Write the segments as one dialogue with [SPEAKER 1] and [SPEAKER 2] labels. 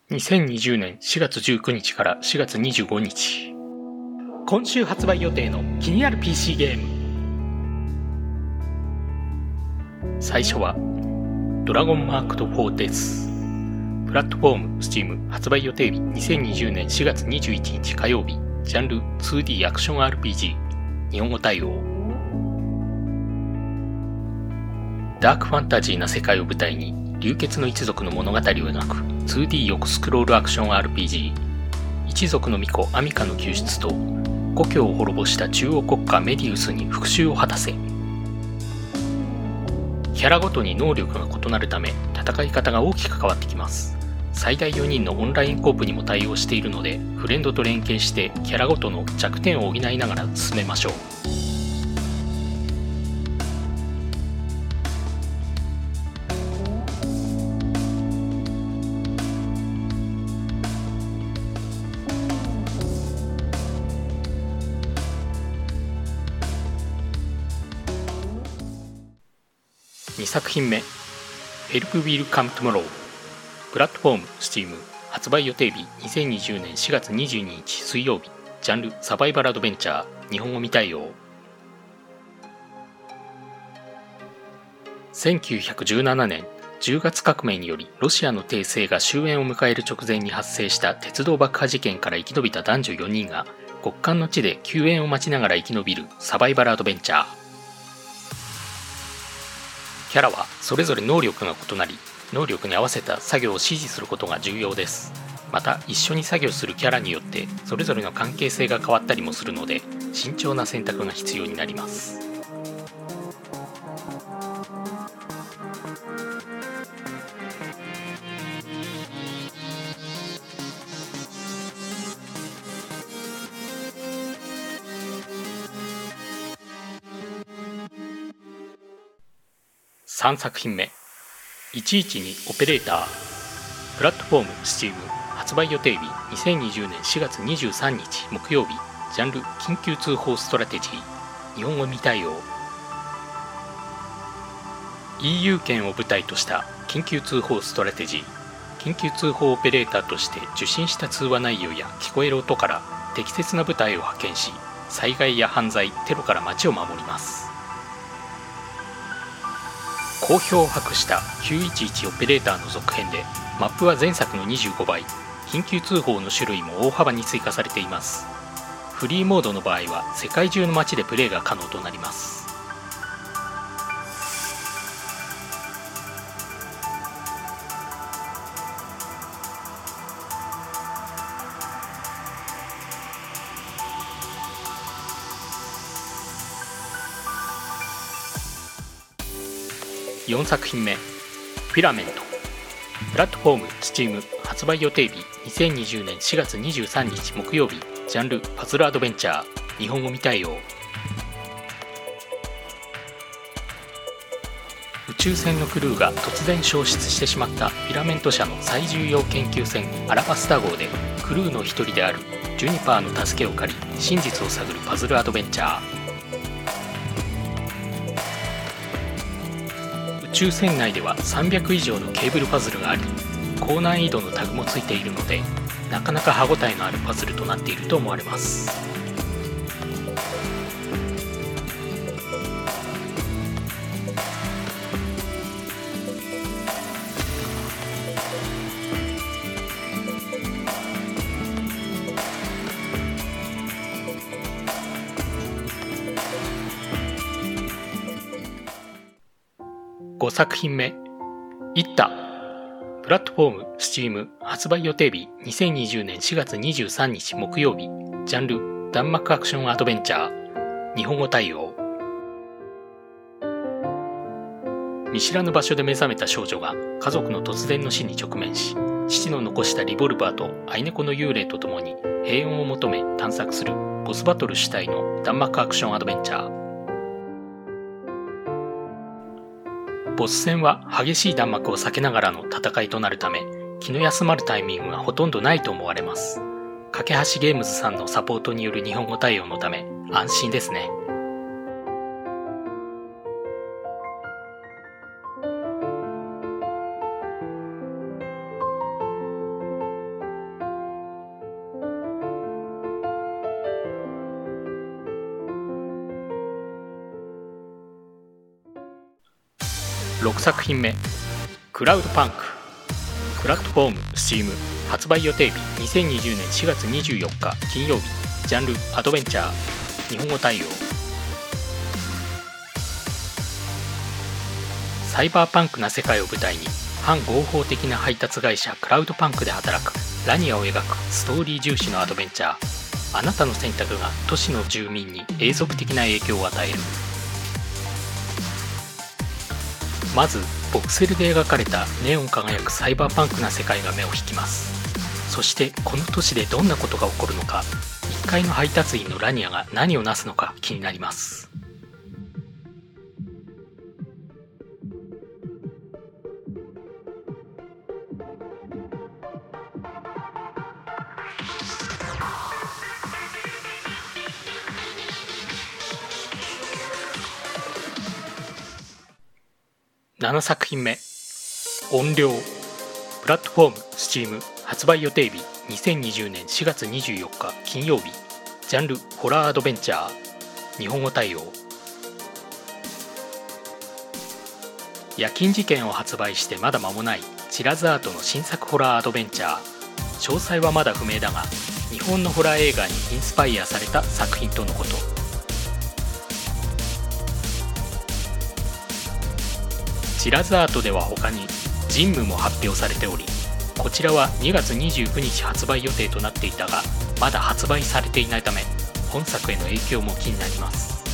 [SPEAKER 1] 2020年4月19日から4月25日。今週発売予定の気になる PC ゲーム。最初はドラゴンマークド4です。プラットフォーム Steam 発売予定日2020年4月21日火曜日。ジャンル 2D アクション RPG、 日本語対応。ダークファンタジーな世界を舞台に流血の一族の物語を描く 2D 横スクロールアクション RPG。 一族の巫女アミカの救出と故郷を滅ぼした中央国家メディウスに復讐を果たせ。キャラごとに能力が異なるため戦い方が大きく変わってきます。最大4人のオンラインコープにも対応しているので、フレンドと連携してキャラごとの弱点を補いながら進めましょう。2作品目 Help Will Come Tomorrow。 プラットフォーム Steam 発売予定日2020年4月22日水曜日。ジャンルサバイバルアドベンチャー、日本語未対応。1917年10月革命によりロシアの帝政が終焉を迎える直前に発生した鉄道爆破事件から生き延びた男女4人が極寒の地で救援を待ちながら生き延びるサバイバルアドベンチャー。キャラはそれぞれ能力が異なり、能力に合わせた作業を指示することが重要です。また一緒に作業するキャラによってそれぞれの関係性が変わったりもするので、慎重な選択が必要になります。3作品目112オペレーター。プラットフォーム Steam 発売予定日2020年4月23日木曜日。ジャンル緊急通報ストラテジー、日本語未対応。 EU 圏を舞台とした緊急通報ストラテジー。緊急通報オペレーターとして受信した通話内容や聞こえる音から適切な部隊を派遣し、災害や犯罪、テロから街を守ります。好評を博した911オペレーターの続編で、マップは前作の25倍、緊急通報の種類も大幅に追加されています。フリーモードの場合は世界中の街でプレイが可能となります。4作品目フィラメント。プラットフォーム Steam 発売予定日2020年4月23日木曜日。ジャンルパズルアドベンチャー、日本語未対応。宇宙船のクルーが突然消失してしまったフィラメント社の最重要研究船アラバスタ号で、クルーの一人であるジュニパーの助けを借り真実を探るパズルアドベンチャー。宇宙船内では300以上のケーブルパズルがあり、高難易度のタグもついているので、なかなか歯ごたえのあるパズルとなっていると思われます。5作品目イッタ。プラットフォーム Steam 発売予定日2020年4月23日木曜日。ジャンル弾幕アクションアドベンチャー、日本語対応。見知らぬ場所で目覚めた少女が家族の突然の死に直面し、父の残したリボルバーと愛猫の幽霊とともに平穏を求め探索するボスバトル主体の弾幕アクションアドベンチャー。ボス戦は激しい弾幕を避けながらの戦いとなるため、気の休まるタイミングがほとんどないと思われます。架け橋ゲームズさんのサポートによる日本語対応のため安心ですね。 6作品目、クラウドパンク。プラットフォーム Steam、 発売予定日2020年4月24日金曜日。ジャンルアドベンチャー、日本語対応。サイバーパンクな世界を舞台に反合法的な配達会社クラウドパンクで働くラニアを描くストーリー重視のアドベンチャー。あなたの選択が都市の住民に永続的な影響を与える。まずボクセルで描かれたネオン輝くサイバーパンクな世界が目を引きます。そしてこの都市でどんなことが起こるのか、1階の配達員のラニアが何をなすのか気になります。7作品目、音量。プラットフォーム Steam、 発売予定日2020年4月24日金曜日。ジャンルホラーアドベンチャー、日本語対応。夜勤事件を発売してまだ間もないチラズアートの新作ホラーアドベンチャー。詳細はまだ不明だが、日本のホラー映画にインスパイアされた作品とのこと。チラズアートでは他にジンムも発表されており、こちらは2月29日発売予定となっていたが、まだ発売されていないため本作への影響も気になります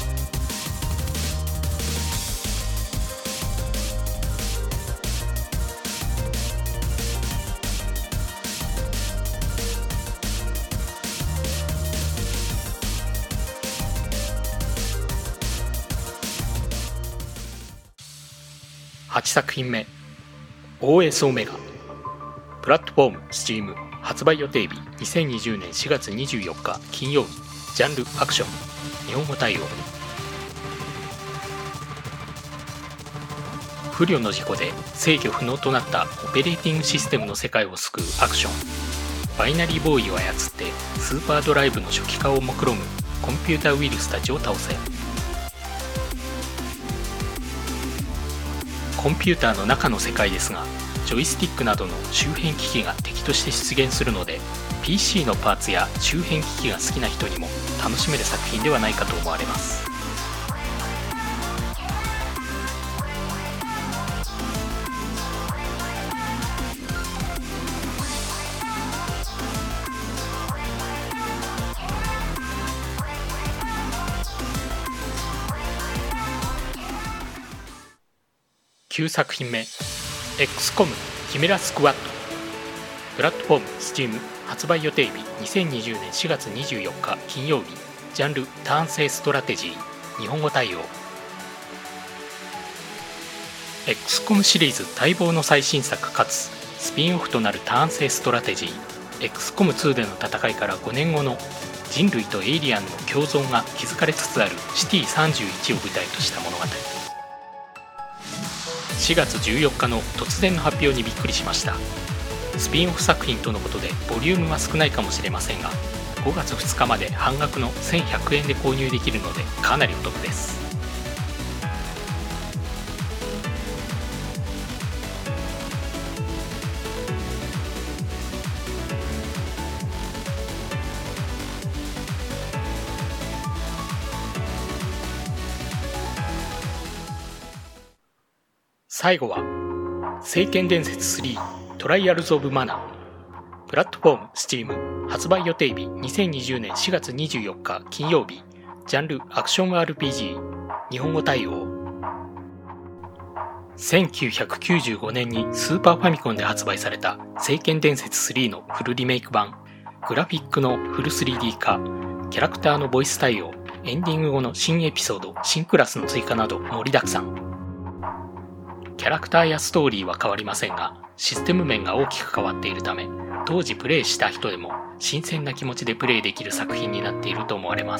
[SPEAKER 1] 。8作品目、 OS オメガ。プラットフォーム Steam、 発売予定日2020年4月24日金曜日。ジャンルアクション、日本語対応。不慮の事故で制御不能となったオペレーティングシステムの世界を救うアクション。バイナリーボーイを操ってスーパードライブの初期化を目論むコンピュータウイルスたちを倒せ。コンピューターの中の世界ですが、ジョイスティックなどの周辺機器が敵として出現するので、 PC のパーツや周辺機器が好きな人にも楽しめる作品ではないかと思われます。9作品目、 XCOM キメラスクワッド。プラットフォーム Steam、 発売予定日2020年4月24日金曜日。ジャンルターン制ストラテジー、日本語対応。 XCOM シリーズ待望の最新作かつスピンオフとなるターン制ストラテジー XCOM2 での戦いから5年後の人類とエイリアンの共存が築かれつつあるシティ31を舞台とした物語。4月14日の突然の発表にびっくりしました。スピンオフ作品とのことでボリュームは少ないかもしれませんが、5月2日まで半額の1100円で購入できるのでかなりお得です。最後は聖剣伝説3トライアルズ・オブ・マナー。プラットフォーム Steam、 発売予定日2020年4月24日金曜日。ジャンルアクション RPG、 日本語対応。1995年にスーパーファミコンで発売された聖剣伝説3のフルリメイク版。グラフィックのフル 3D 化、キャラクターのボイス対応、エンディング後の新エピソード、新クラスの追加など盛りだくさん。キャラクターやストーリーは変わりませんが、システム面が大きく変わっているため、当時プレイした人でも新鮮な気持ちでプレイできる作品になっていると思われます。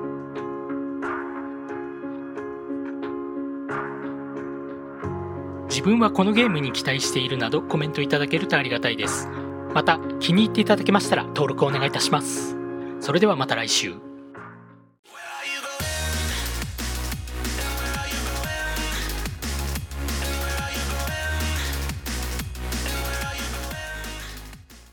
[SPEAKER 1] 次自分はこのゲームに期待しているなどコメントいただけるとありがたいです。また気に入っていただけましたら登録お願いいたします。それではまた来週。